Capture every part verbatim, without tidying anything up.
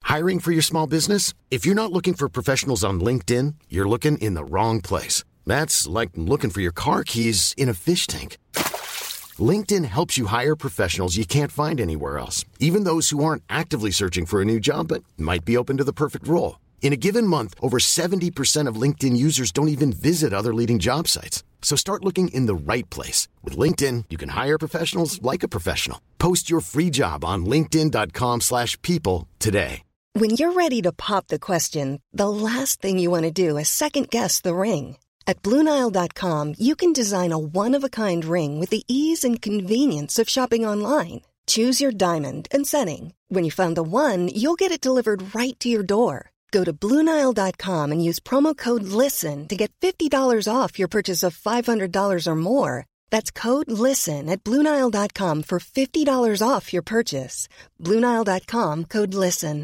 Hiring for your small business? If you're not looking for professionals on LinkedIn, you're looking in the wrong place. That's like looking for your car keys in a fish tank. LinkedIn helps you hire professionals you can't find anywhere else, even those who aren't actively searching for a new job but might be open to the perfect role. In a given month, over seventy percent of LinkedIn users don't even visit other leading job sites. So start looking in the right place. With LinkedIn, you can hire professionals like a professional. Post your free job on linkedin.com slash people today. When you're ready to pop the question, the last thing you want to do is second-guess the ring. At Blue Nile dot com, you can design a one-of-a-kind ring with the ease and convenience of shopping online. Choose your diamond and setting. When you find the one, you'll get it delivered right to your door. Go to Blue Nile dot com and use promo code LISTEN to get fifty dollars off your purchase of five hundred dollars or more. That's code LISTEN at Blue Nile dot com for fifty dollars off your purchase. Blue Nile dot com, code LISTEN.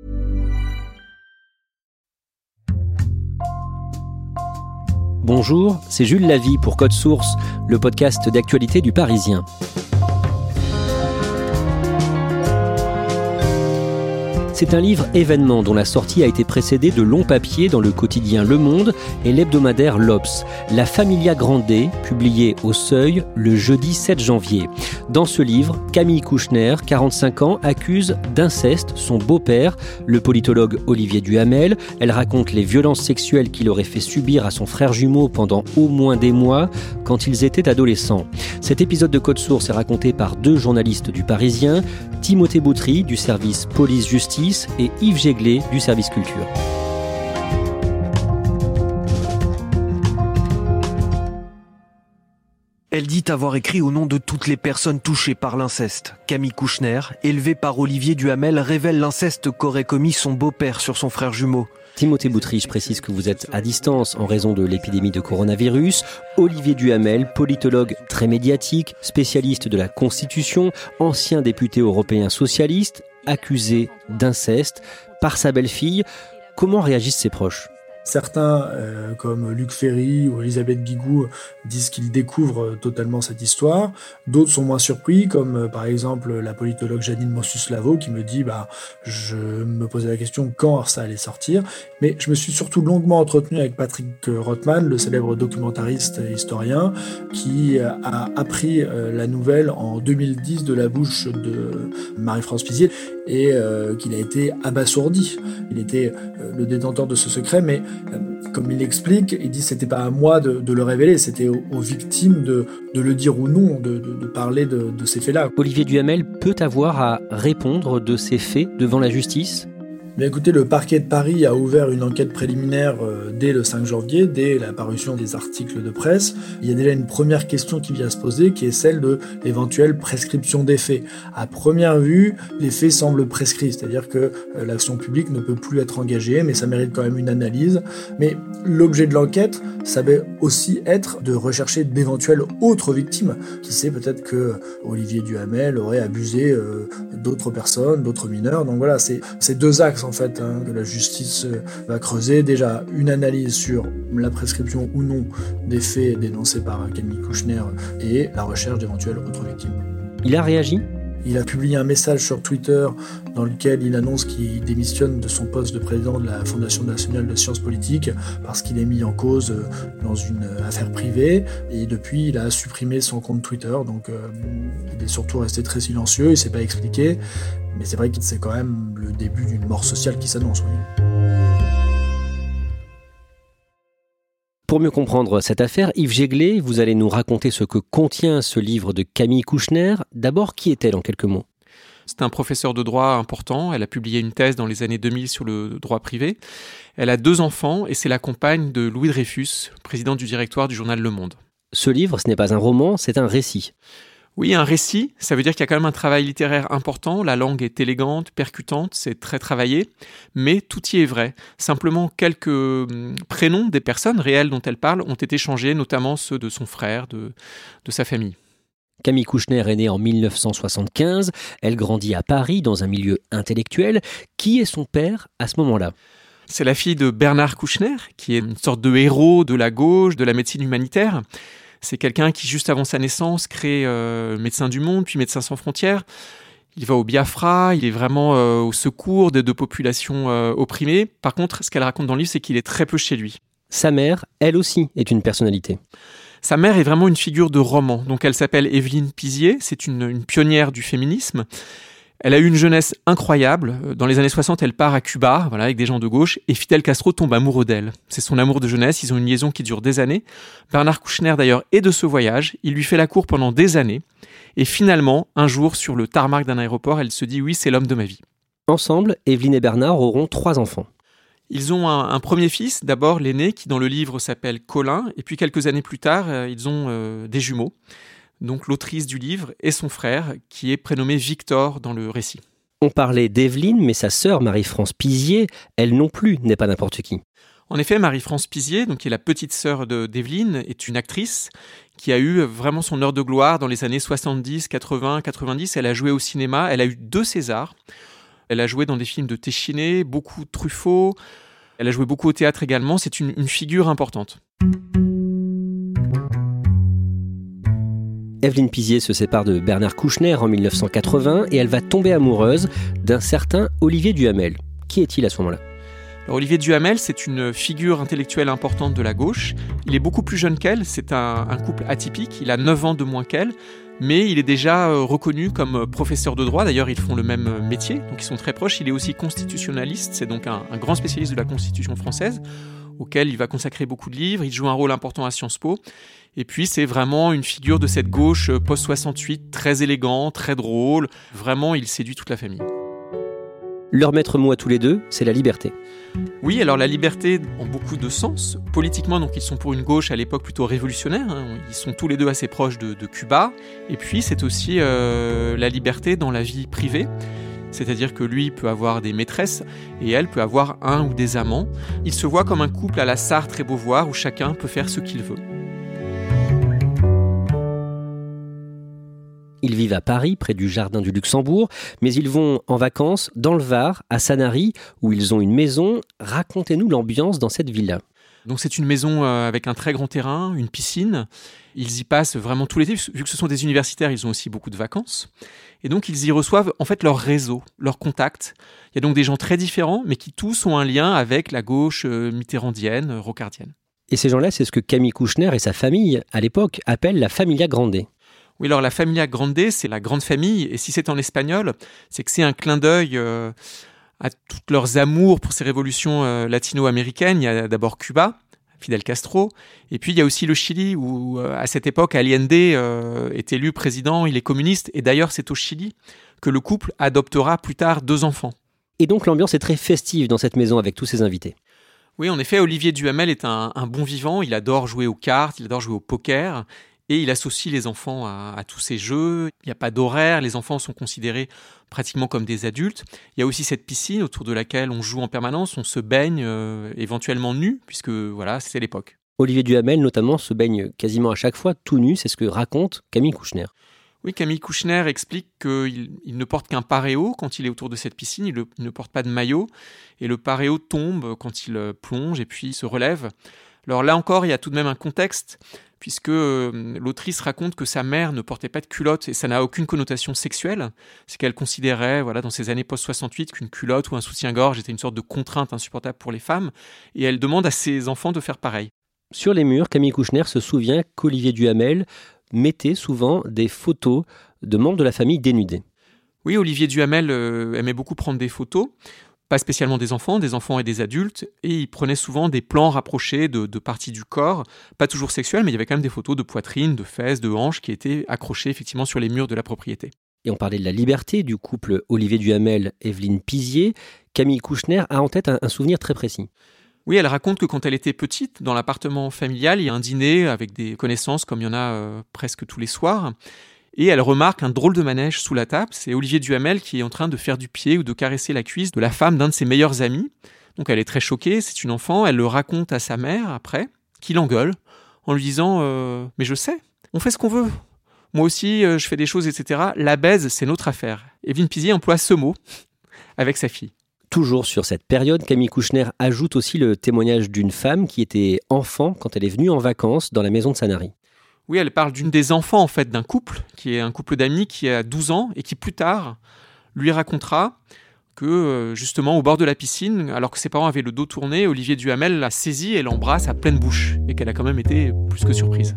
Bonjour, c'est Jules Lavie pour Code Source, le podcast d'actualité du Parisien. C'est un livre événement dont la sortie a été précédée de longs papiers dans le quotidien Le Monde et l'hebdomadaire L'Obs. La Familia Grande, publié au Seuil le jeudi sept janvier. Dans ce livre, Camille Kouchner, quarante-cinq ans, accuse d'inceste son beau-père, le politologue Olivier Duhamel. Elle raconte les violences sexuelles qu'il aurait fait subir à son frère jumeau pendant au moins des mois quand ils étaient adolescents. Cet épisode de Code Source est raconté par deux journalistes du Parisien, Timothée Boutry du service Police-Justice et Yves Jéglé du service Culture. Elle dit avoir écrit au nom de toutes les personnes touchées par l'inceste. Camille Kouchner, élevée par Olivier Duhamel, révèle l'inceste qu'aurait commis son beau-père sur son frère jumeau. Timothée Boutry, je précise que vous êtes à distance en raison de l'épidémie de coronavirus. Olivier Duhamel, politologue très médiatique, spécialiste de la Constitution, ancien député européen socialiste, accusé d'inceste par sa belle-fille. Comment réagissent ses proches ? Certains, euh, comme Luc Ferry ou Elisabeth Guigou, disent qu'ils découvrent totalement cette histoire. D'autres sont moins surpris, comme euh, par exemple la politologue Janine Mossus-Lavo qui me dit bah, « je me posais la question quand ça allait sortir ». Mais je me suis surtout longuement entretenu avec Patrick Rothman, le célèbre documentariste et historien, qui a appris euh, la nouvelle en deux mille dix de la bouche de Marie-France Pizier et euh, qu'il a été abasourdi. Il était euh, le détenteur de ce secret, mais comme il l'explique, il dit c'était pas à moi de, de le révéler, c'était aux, aux victimes de, de le dire ou non, de, de, de parler de, de ces faits-là. Olivier Duhamel peut avoir à répondre de ces faits devant la justice ? Mais écoutez, le parquet de Paris a ouvert une enquête préliminaire euh, dès le cinq janvier, dès la parution des articles de presse. Il y a déjà une première question qui vient se poser, qui est celle de l'éventuelle prescription des faits. À première vue, les faits semblent prescrits, c'est-à-dire que euh, l'action publique ne peut plus être engagée, mais ça mérite quand même une analyse. Mais l'objet de l'enquête, ça va aussi être de rechercher d'éventuelles autres victimes. Qui sait, peut-être que Olivier Duhamel aurait abusé euh, d'autres personnes, d'autres mineurs. Donc voilà, c'est ces deux axes en fait hein, que la justice va creuser. Déjà une analyse sur la prescription ou non des faits dénoncés par Camille Kouchner et la recherche d'éventuelles autres victimes. Il a réagi ? Il a publié un message sur Twitter dans lequel il annonce qu'il démissionne de son poste de président de la Fondation nationale de sciences politiques parce qu'il est mis en cause dans une affaire privée. Et depuis, il a supprimé son compte Twitter. Donc, euh, il est surtout resté très silencieux. Il ne s'est pas expliqué. Mais c'est vrai que c'est quand même le début d'une mort sociale qui s'annonce. Oui. Pour mieux comprendre cette affaire, Yves Jéglé, vous allez nous raconter ce que contient ce livre de Camille Kouchner. D'abord, qui est-elle en quelques mots ? C'est un professeur de droit important. Elle a publié une thèse dans les années deux mille sur le droit privé. Elle a deux enfants et c'est la compagne de Louis Dreyfus, président du directoire du journal Le Monde. Ce livre, ce n'est pas un roman, c'est un récit. Oui, un récit, ça veut dire qu'il y a quand même un travail littéraire important, la langue est élégante, percutante, c'est très travaillé, mais tout y est vrai. Simplement, quelques prénoms des personnes réelles dont elle parle ont été changés, notamment ceux de son frère, de, de sa famille. Camille Kouchner est née en dix-neuf cent soixante-quinze, elle grandit à Paris dans un milieu intellectuel. Qui est son père à ce moment-là ? C'est la fille de Bernard Kouchner, qui est une sorte de héros de la gauche, de la médecine humanitaire. C'est quelqu'un qui, juste avant sa naissance, crée euh, Médecins du Monde, puis Médecins sans frontières. Il va au Biafra, il est vraiment euh, au secours de, de populations euh, opprimées. Par contre, ce qu'elle raconte dans le livre, c'est qu'il est très peu chez lui. Sa mère, elle aussi, est une personnalité. Sa mère est vraiment une figure de roman. Donc elle s'appelle Evelyne Pizier, c'est une, une pionnière du féminisme. Elle a eu une jeunesse incroyable. Dans les années soixante, elle part à Cuba, voilà, avec des gens de gauche, et Fidel Castro tombe amoureux d'elle. C'est son amour de jeunesse, ils ont une liaison qui dure des années. Bernard Kouchner, d'ailleurs, est de ce voyage. Il lui fait la cour pendant des années. Et finalement, un jour, sur le tarmac d'un aéroport, elle se dit « oui, c'est l'homme de ma vie ». Ensemble, Evelyne et Bernard auront trois enfants. Ils ont un, un premier fils, d'abord l'aîné, qui dans le livre s'appelle Colin, et puis quelques années plus tard, euh, ils ont euh, des jumeaux. Donc l'autrice du livre et son frère, qui est prénommé Victor dans le récit. On parlait d'Evelyne, mais sa sœur Marie-France Pizier, elle non plus n'est pas n'importe qui. En effet, Marie-France Pizier, donc qui est la petite sœur de, d'Evelyne, est une actrice qui a eu vraiment son heure de gloire dans les années soixante-dix, quatre-vingts, quatre-vingt-dix. Elle a joué au cinéma, elle a eu deux Césars. Elle a joué dans des films de Téchiné, beaucoup de Truffaut. Elle a joué beaucoup au théâtre également. C'est une, une figure importante. Evelyne Pizier se sépare de Bernard Kouchner en dix-neuf cent quatre-vingts et elle va tomber amoureuse d'un certain Olivier Duhamel. Qui est-il à ce moment-là ? Alors, Olivier Duhamel, c'est une figure intellectuelle importante de la gauche. Il est beaucoup plus jeune qu'elle, c'est un, un couple atypique. Il a neuf ans de moins qu'elle, mais il est déjà euh, reconnu comme professeur de droit. D'ailleurs, ils font le même métier, donc ils sont très proches. Il est aussi constitutionnaliste, c'est donc un, un grand spécialiste de la Constitution française, auquel il va consacrer beaucoup de livres. Il joue un rôle important à Sciences Po. Et puis, c'est vraiment une figure de cette gauche post-soixante-huit, très élégant, très drôle. Vraiment, il séduit toute la famille. Leur maître mot à tous les deux, c'est la liberté. Oui, alors la liberté en beaucoup de sens. Politiquement, donc, ils sont pour une gauche à l'époque plutôt révolutionnaire. Hein. Ils sont tous les deux assez proches de, de Cuba. Et puis, c'est aussi euh, la liberté dans la vie privée. C'est-à-dire que lui peut avoir des maîtresses et elle peut avoir un ou des amants. Ils se voient comme un couple à la Sartre et Beauvoir où chacun peut faire ce qu'il veut. Ils vivent à Paris, près du Jardin du Luxembourg, mais ils vont en vacances dans le Var, à Sanary, où ils ont une maison. Racontez-nous l'ambiance dans cette villa. Donc c'est une maison avec un très grand terrain, une piscine. Ils y passent vraiment tout l'été. Vu que ce sont des universitaires, ils ont aussi beaucoup de vacances. Et donc ils y reçoivent en fait leur réseau, leurs contacts. Il y a donc des gens très différents, mais qui tous ont un lien avec la gauche mitterrandienne, rocardienne. Et ces gens-là, c'est ce que Camille Kouchner et sa famille, à l'époque, appellent la familia grande. Oui, alors la familia grande, c'est la grande famille, et si c'est en espagnol, c'est que c'est un clin d'œil euh, à toutes leurs amours pour ces révolutions euh, latino-américaines. Il y a d'abord Cuba, Fidel Castro, et puis il y a aussi le Chili, où euh, à cette époque, Allende euh, est élu président, il est communiste, et d'ailleurs c'est au Chili que le couple adoptera plus tard deux enfants. Et donc l'ambiance est très festive dans cette maison avec tous ses invités. Oui, en effet, Olivier Duhamel est un, un bon vivant, il adore jouer aux cartes, il adore jouer au poker, et il associe les enfants à, à tous ces jeux. Il n'y a pas d'horaire, les enfants sont considérés pratiquement comme des adultes. Il y a aussi cette piscine autour de laquelle on joue en permanence, on se baigne euh, éventuellement nu, puisque voilà, c'est l'époque. Olivier Duhamel, notamment, se baigne quasiment à chaque fois tout nu, c'est ce que raconte Camille Kouchner. Oui, Camille Kouchner explique qu'il il ne porte qu'un paréo quand il est autour de cette piscine, il, le, il ne porte pas de maillot, et le paréo tombe quand il plonge et puis se relève. Alors là encore, il y a tout de même un contexte, puisque euh, l'autrice raconte que sa mère ne portait pas de culotte, et ça n'a aucune connotation sexuelle. C'est qu'elle considérait, voilà, dans ces années post-soixante-huit, qu'une culotte ou un soutien-gorge était une sorte de contrainte insupportable pour les femmes, et elle demande à ses enfants de faire pareil. Sur les murs, Camille Kouchner se souvient qu'Olivier Duhamel mettait souvent des photos de membres de la famille dénudés. Oui, Olivier Duhamel euh, aimait beaucoup prendre des photos, pas spécialement des enfants, des enfants et des adultes, et il prenait souvent des plans rapprochés de, de parties du corps, pas toujours sexuelles, mais il y avait quand même des photos de poitrine, de fesses, de hanches qui étaient accrochées effectivement sur les murs de la propriété. Et on parlait de la liberté du couple Olivier Duhamel-Evelyne Pizier. Camille Kouchner a en tête un, un souvenir très précis. Oui, elle raconte que quand elle était petite, dans l'appartement familial, il y a un dîner avec des connaissances comme il y en a euh, presque tous les soirs. Et elle remarque un drôle de manège sous la table. C'est Olivier Duhamel qui est en train de faire du pied ou de caresser la cuisse de la femme d'un de ses meilleurs amis. Donc elle est très choquée, c'est une enfant. Elle le raconte à sa mère après, qui l'engueule en lui disant euh, « Mais je sais, on fait ce qu'on veut. Moi aussi, euh, je fais des choses, et cetera. La baise, c'est notre affaire. » Evelyne Pizier emploie ce mot avec sa fille. Toujours sur cette période, Camille Kouchner ajoute aussi le témoignage d'une femme qui était enfant quand elle est venue en vacances dans la maison de Sanary. Oui, elle parle d'une des enfants en fait d'un couple, qui est un couple d'amis qui a douze ans et qui plus tard lui racontera que justement au bord de la piscine, alors que ses parents avaient le dos tourné, Olivier Duhamel l'a saisie et l'embrasse à pleine bouche et qu'elle a quand même été plus que surprise.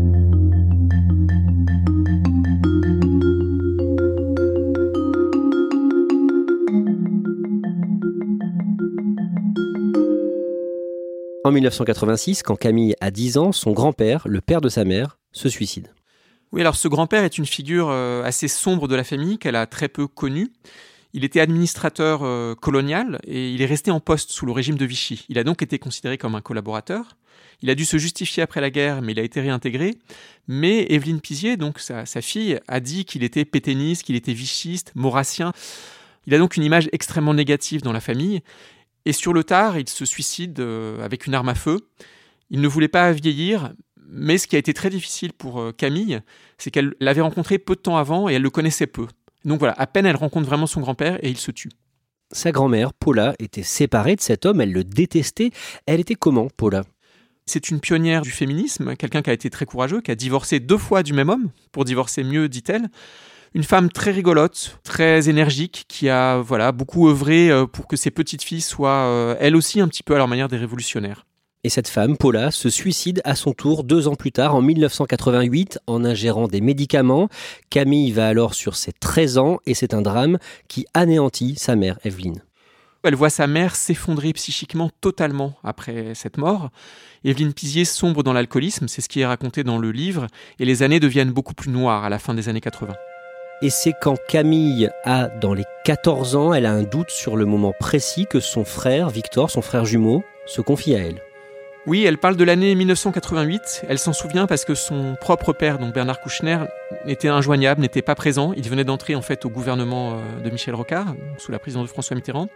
En dix-neuf cent quatre-vingt-six, quand Camille a dix ans, son grand-père, le père de sa mère, se suicide. Oui, alors ce grand-père est une figure assez sombre de la famille qu'elle a très peu connue. Il était administrateur euh, colonial et il est resté en poste sous le régime de Vichy. Il a donc été considéré comme un collaborateur. Il a dû se justifier après la guerre, mais il a été réintégré. Mais Évelyne Pizier, donc sa, sa fille, a dit qu'il était pétainiste, qu'il était vichiste, maurassien. Il a donc une image extrêmement négative dans la famille. Et sur le tard, il se suicide euh, avec une arme à feu. Il ne voulait pas vieillir, mais ce qui a été très difficile pour euh, Camille, c'est qu'elle l'avait rencontré peu de temps avant et elle le connaissait peu. Donc voilà, à peine elle rencontre vraiment son grand-père et il se tue. Sa grand-mère, Paula, était séparée de cet homme, elle le détestait. Elle était comment, Paula ? C'est une pionnière du féminisme, quelqu'un qui a été très courageux, qui a divorcé deux fois du même homme, pour divorcer mieux, dit-elle. Une femme très rigolote, très énergique, qui a voilà, beaucoup œuvré pour que ses petites filles soient, elles aussi, un petit peu à leur manière des révolutionnaires. Et cette femme, Paula, se suicide à son tour deux ans plus tard, en dix-neuf cent quatre-vingt-huit, en ingérant des médicaments. Camille va alors sur ses treize ans et c'est un drame qui anéantit sa mère, Évelyne. Elle voit sa mère s'effondrer psychiquement totalement après cette mort. Évelyne Pizier sombre dans l'alcoolisme, c'est ce qui est raconté dans le livre, et les années deviennent beaucoup plus noires à la fin des années quatre-vingts. Et c'est quand Camille a dans les quatorze ans, elle a un doute sur le moment précis que son frère, Victor, son frère jumeau, se confie à elle. Oui, elle parle de l'année dix-neuf cent quatre-vingt-huit. Elle s'en souvient parce que son propre père, donc Bernard Kouchner, était injoignable, n'était pas présent. Il venait d'entrer en fait au gouvernement de Michel Rocard, sous la présidence de François Mitterrand.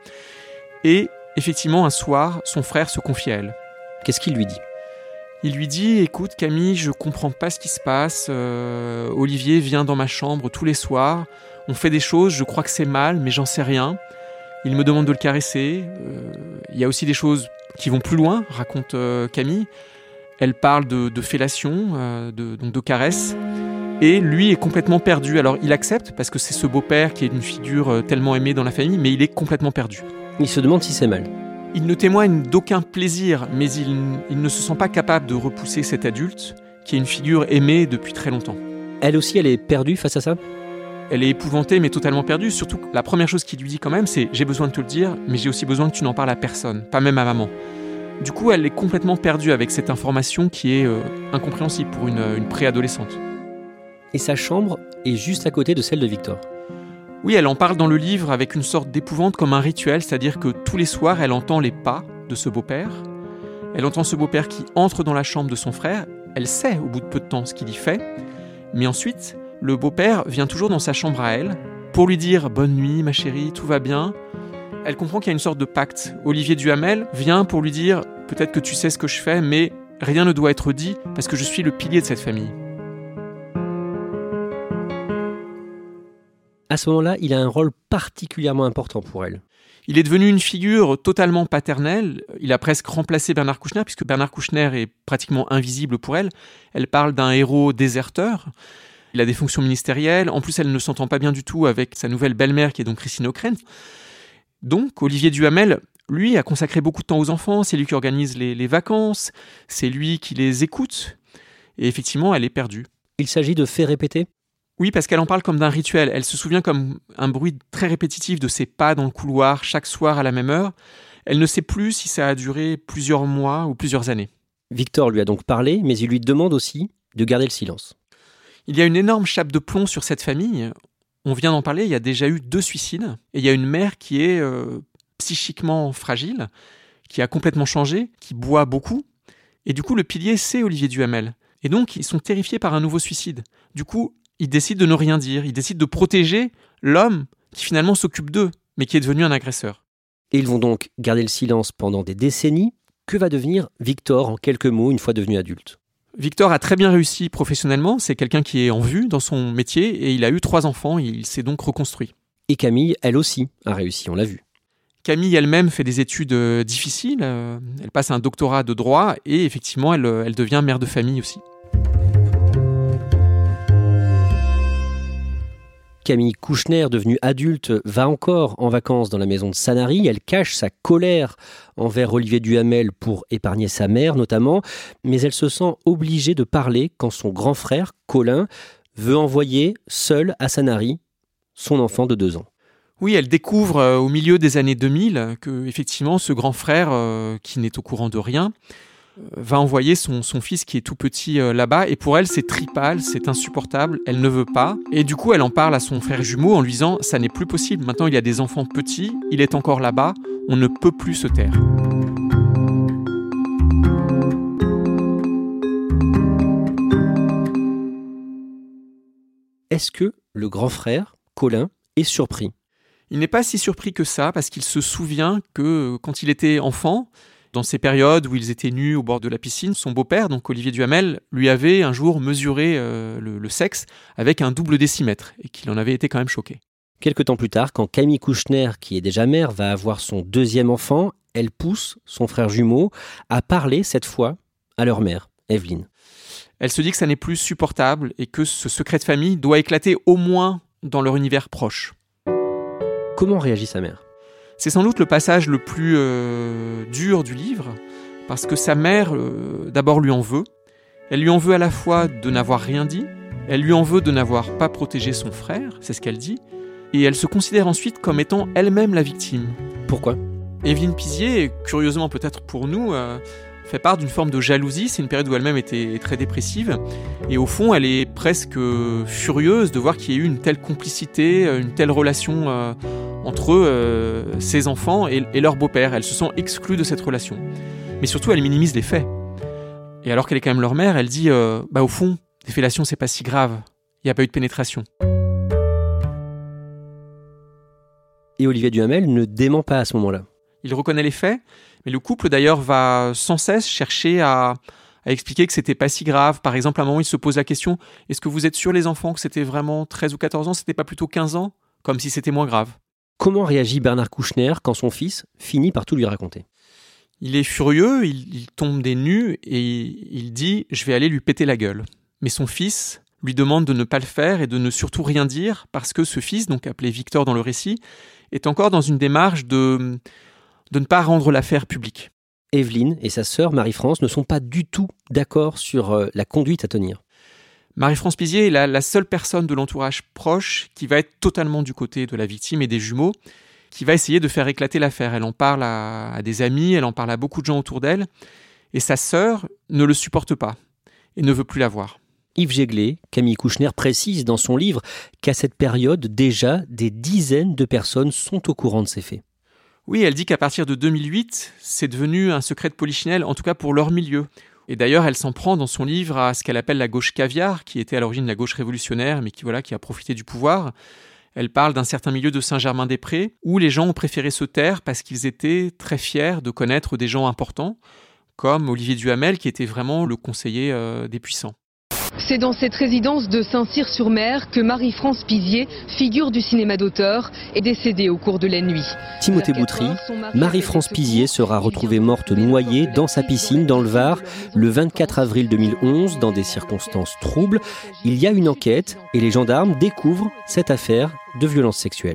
Et effectivement, un soir, son frère se confie à elle. Qu'est-ce qu'il lui dit ? Il lui dit « Écoute Camille, je comprends pas ce qui se passe. Euh, Olivier vient dans ma chambre tous les soirs. On fait des choses, je crois que c'est mal, mais j'en sais rien. Il me demande de le caresser. Euh, il y a aussi des choses qui vont plus loin, raconte euh, Camille. Elle parle de, de fellation, euh, de, donc de caresses. Et lui est complètement perdu. Alors il accepte, parce que c'est ce beau-père qui est une figure euh, tellement aimée dans la famille, mais il est complètement perdu. Il se demande si c'est mal. Il ne témoigne d'aucun plaisir, mais il, il ne se sent pas capable de repousser cet adulte, qui est une figure aimée depuis très longtemps. Elle aussi, elle est perdue face à ça ? Elle est épouvantée, mais totalement perdue. Surtout que la première chose qu'il lui dit quand même, c'est « J'ai besoin de te le dire, mais j'ai aussi besoin que tu n'en parles à personne, pas même à maman. » Du coup, elle est complètement perdue avec cette information qui est euh, incompréhensible pour une, une préadolescente. Et sa chambre est juste à côté de celle de Victor. Oui, elle en parle dans le livre avec une sorte d'épouvante comme un rituel, c'est-à-dire que tous les soirs, elle entend les pas de ce beau-père. Elle entend ce beau-père qui entre dans la chambre de son frère. Elle sait au bout de peu de temps ce qu'il y fait. Mais ensuite, le beau-père vient toujours dans sa chambre à elle pour lui dire « Bonne nuit, ma chérie, tout va bien ». Elle comprend qu'il y a une sorte de pacte. Olivier Duhamel vient pour lui dire « Peut-être que tu sais ce que je fais, mais rien ne doit être dit parce que je suis le pilier de cette famille ». À ce moment-là, il a un rôle particulièrement important pour elle. Il est devenu une figure totalement paternelle. Il a presque remplacé Bernard Kouchner, puisque Bernard Kouchner est pratiquement invisible pour elle. Elle parle d'un héros déserteur. Il a des fonctions ministérielles. En plus, elle ne s'entend pas bien du tout avec sa nouvelle belle-mère, qui est donc Christine Ockrent. Donc, Olivier Duhamel, lui, a consacré beaucoup de temps aux enfants. C'est lui qui organise les, les vacances. C'est lui qui les écoute. Et effectivement, elle est perdue. Il s'agit de faits répétés ? Oui, parce qu'elle en parle comme d'un rituel. Elle se souvient comme un bruit très répétitif de ses pas dans le couloir chaque soir à la même heure. Elle ne sait plus si ça a duré plusieurs mois ou plusieurs années. Victor lui a donc parlé, mais il lui demande aussi de garder le silence. Il y a une énorme chape de plomb sur cette famille. On vient d'en parler, il y a déjà eu deux suicides. Et il y a une mère qui est euh, psychiquement fragile, qui a complètement changé, qui boit beaucoup. Et du coup, le pilier, c'est Olivier Duhamel. Et donc, ils sont terrifiés par un nouveau suicide. Du coup, ils décident de ne rien dire. Ils décident de protéger l'homme qui finalement s'occupe d'eux, mais qui est devenu un agresseur. Et ils vont donc garder le silence pendant des décennies. Que va devenir Victor, en quelques mots, une fois devenu adulte ? Victor a très bien réussi professionnellement. C'est quelqu'un qui est en vue dans son métier et il a eu trois enfants. Et il s'est donc reconstruit. Et Camille, elle aussi, a réussi, on l'a vu. Camille elle-même fait des études difficiles. Elle passe un doctorat de droit et effectivement, elle, elle devient mère de famille aussi. Camille Kouchner, devenue adulte, va encore en vacances dans la maison de Sanary. Elle cache sa colère envers Olivier Duhamel pour épargner sa mère notamment, mais elle se sent obligée de parler quand son grand frère, Colin, veut envoyer seul à Sanary son enfant de deux ans. Oui, elle découvre euh, au milieu des années deux mille que effectivement ce grand frère, euh, qui n'est au courant de rien, euh, va envoyer son, son fils qui est tout petit euh, là-bas. Et pour elle, c'est tripal, c'est insupportable, elle ne veut pas. Et du coup, elle en parle à son frère jumeau en lui disant « ça n'est plus possible, maintenant il y a des enfants petits, il est encore là-bas, on ne peut plus se taire ». Est-ce que le grand frère, Colin, est surpris ? Il n'est pas si surpris que ça, parce qu'il se souvient que quand il était enfant, dans ces périodes où ils étaient nus au bord de la piscine, son beau-père, donc Olivier Duhamel, lui avait un jour mesuré euh, le, le sexe avec un double décimètre, et qu'il en avait été quand même choqué. Quelque temps plus tard, quand Camille Kouchner, qui est déjà mère, va avoir son deuxième enfant, elle pousse son frère jumeau à parler cette fois à leur mère, Evelyne. Elle se dit que ça n'est plus supportable et que ce secret de famille doit éclater au moins dans leur univers proche. Comment réagit sa mère ? C'est sans doute le passage le plus euh, dur du livre, parce que sa mère, euh, d'abord, lui en veut. Elle lui en veut à la fois de n'avoir rien dit, elle lui en veut de n'avoir pas protégé son frère, c'est ce qu'elle dit, et elle se considère ensuite comme étant elle-même la victime. Pourquoi ? Evelyne Pizier, curieusement peut-être pour nous, euh, fait part d'une forme de jalousie. C'est une période où elle-même était très dépressive. Et au fond, elle est presque furieuse de voir qu'il y ait eu une telle complicité, une telle relation euh, entre euh, ses enfants et, et leur beau-père. Elle se sent exclue de cette relation. Mais surtout, elle minimise les faits. Et alors qu'elle est quand même leur mère, elle dit euh, bah, au fond, les fellations, c'est pas si grave. Il n'y a pas eu de pénétration. Et Olivier Duhamel ne dément pas à ce moment-là. Il reconnaît les faits, mais le couple d'ailleurs va sans cesse chercher à, à expliquer que c'était pas si grave. Par exemple, à un moment, il se pose la question « Est-ce que vous êtes sûr les enfants que c'était vraiment treize ou quatorze ans, c'était pas plutôt quinze ans ?» Comme si c'était moins grave. Comment réagit Bernard Kouchner quand son fils finit par tout lui raconter ? Il est furieux, il, il tombe des nues et il dit « Je vais aller lui péter la gueule ». Mais son fils lui demande de ne pas le faire et de ne surtout rien dire parce que ce fils, donc appelé Victor dans le récit, est encore dans une démarche de... de ne pas rendre l'affaire publique. Evelyne et sa sœur Marie-France ne sont pas du tout d'accord sur euh, la conduite à tenir. Marie-France Pizier est la, la seule personne de l'entourage proche qui va être totalement du côté de la victime et des jumeaux, qui va essayer de faire éclater l'affaire. Elle en parle à, à des amis, elle en parle à beaucoup de gens autour d'elle, et sa sœur ne le supporte pas et ne veut plus la voir. Yves Jéglé, Camille Kouchner précise dans son livre qu'à cette période, déjà, des dizaines de personnes sont au courant de ces faits. Oui, elle dit qu'à partir de deux mille huit, c'est devenu un secret de polichinelle, en tout cas pour leur milieu. Et d'ailleurs, elle s'en prend dans son livre à ce qu'elle appelle la gauche caviar, qui était à l'origine la gauche révolutionnaire, mais qui, voilà, qui a profité du pouvoir. Elle parle d'un certain milieu de Saint-Germain-des-Prés, où les gens ont préféré se taire parce qu'ils étaient très fiers de connaître des gens importants, comme Olivier Duhamel, qui était vraiment le conseiller euh, des puissants. C'est dans cette résidence de Saint-Cyr-sur-Mer que Marie-France Pizier, figure du cinéma d'auteur, est décédée au cours de la nuit. Timothée Boutry, Marie-France Pizier sera retrouvée morte noyée dans sa piscine dans le Var le vingt-quatre avril deux mille onze dans des circonstances troubles. Il y a une enquête et les gendarmes découvrent cette affaire de violence sexuelle.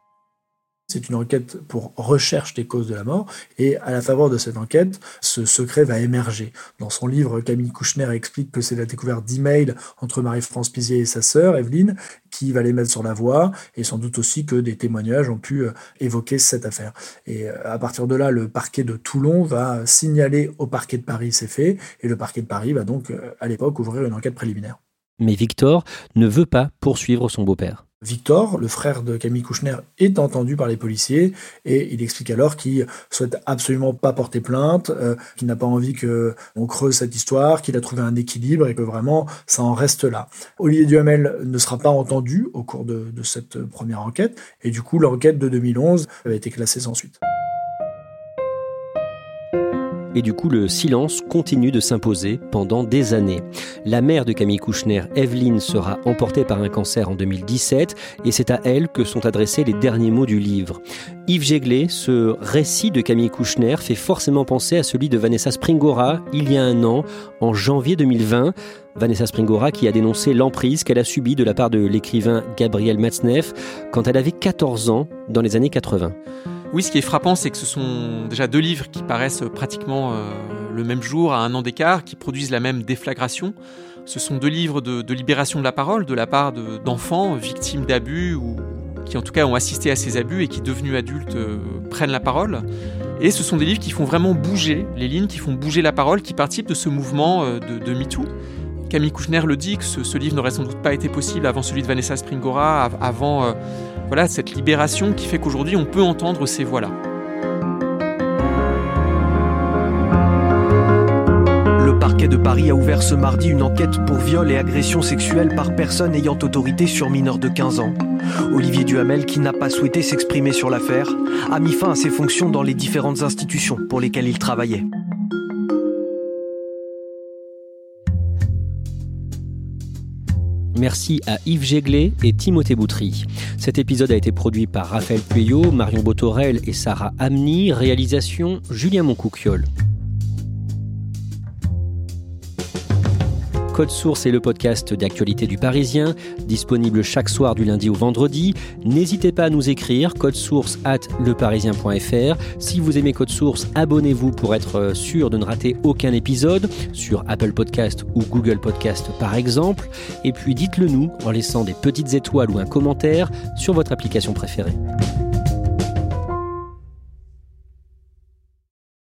C'est une enquête pour recherche des causes de la mort et à la faveur de cette enquête, ce secret va émerger. Dans son livre, Camille Kouchner explique que c'est la découverte d'emails entre Marie-France Pizier et sa sœur, Evelyne, qui va les mettre sur la voie et sans doute aussi que des témoignages ont pu évoquer cette affaire. Et à partir de là, le parquet de Toulon va signaler au parquet de Paris ces faits et le parquet de Paris va donc, à l'époque, ouvrir une enquête préliminaire. Mais Victor ne veut pas poursuivre son beau-père. Victor, le frère de Camille Kouchner, est entendu par les policiers et il explique alors qu'il souhaite absolument pas porter plainte, euh, qu'il n'a pas envie qu'on creuse cette histoire, qu'il a trouvé un équilibre et que vraiment ça en reste là. Olivier Duhamel ne sera pas entendu au cours de, de cette première enquête et du coup l'enquête de deux mille onze a été classée sans suite. et du coup le silence continue de s'imposer pendant des années. La mère de Camille Kouchner, Evelyne, sera emportée par un cancer en deux mille dix-sept et c'est à elle que sont adressés les derniers mots du livre. Yves Jéglé, ce récit de Camille Kouchner fait forcément penser à celui de Vanessa Springora il y a un an, en janvier deux mille vingt. Vanessa Springora qui a dénoncé l'emprise qu'elle a subie de la part de l'écrivain Gabriel Matzneff quand elle avait quatorze ans dans les années quatre-vingts. Oui, ce qui est frappant, c'est que ce sont déjà deux livres qui paraissent pratiquement euh, le même jour, à un an d'écart, qui produisent la même déflagration. Ce sont deux livres de, de libération de la parole de la part de, d'enfants victimes d'abus ou qui en tout cas ont assisté à ces abus et qui, devenus adultes, euh, prennent la parole. Et ce sont des livres qui font vraiment bouger les lignes, qui font bouger la parole, qui participent de ce mouvement euh, de, de MeToo. Camille Kouchner le dit, que ce, ce livre n'aurait sans doute pas été possible avant celui de Vanessa Springora, avant euh, voilà, cette libération qui fait qu'aujourd'hui on peut entendre ces voix-là. Le parquet de Paris a ouvert ce mardi une enquête pour viol et agression sexuelle par personne ayant autorité sur mineurs de quinze ans. Olivier Duhamel, qui n'a pas souhaité s'exprimer sur l'affaire, a mis fin à ses fonctions dans les différentes institutions pour lesquelles il travaillait. Merci à Yves Jéglé et Timothée Boutry. Cet épisode a été produit par Raphaël Pueyo, Marion Botorel et Sarah Amni. Réalisation Julien Moncouquiol. Code Source est le podcast d'actualité du Parisien, disponible chaque soir du lundi au vendredi. N'hésitez pas à nous écrire, codesource arobase leparisien point fr. Si vous aimez Code Source, abonnez-vous pour être sûr de ne rater aucun épisode, sur Apple Podcast ou Google Podcast par exemple. Et puis dites-le nous en laissant des petites étoiles ou un commentaire sur votre application préférée.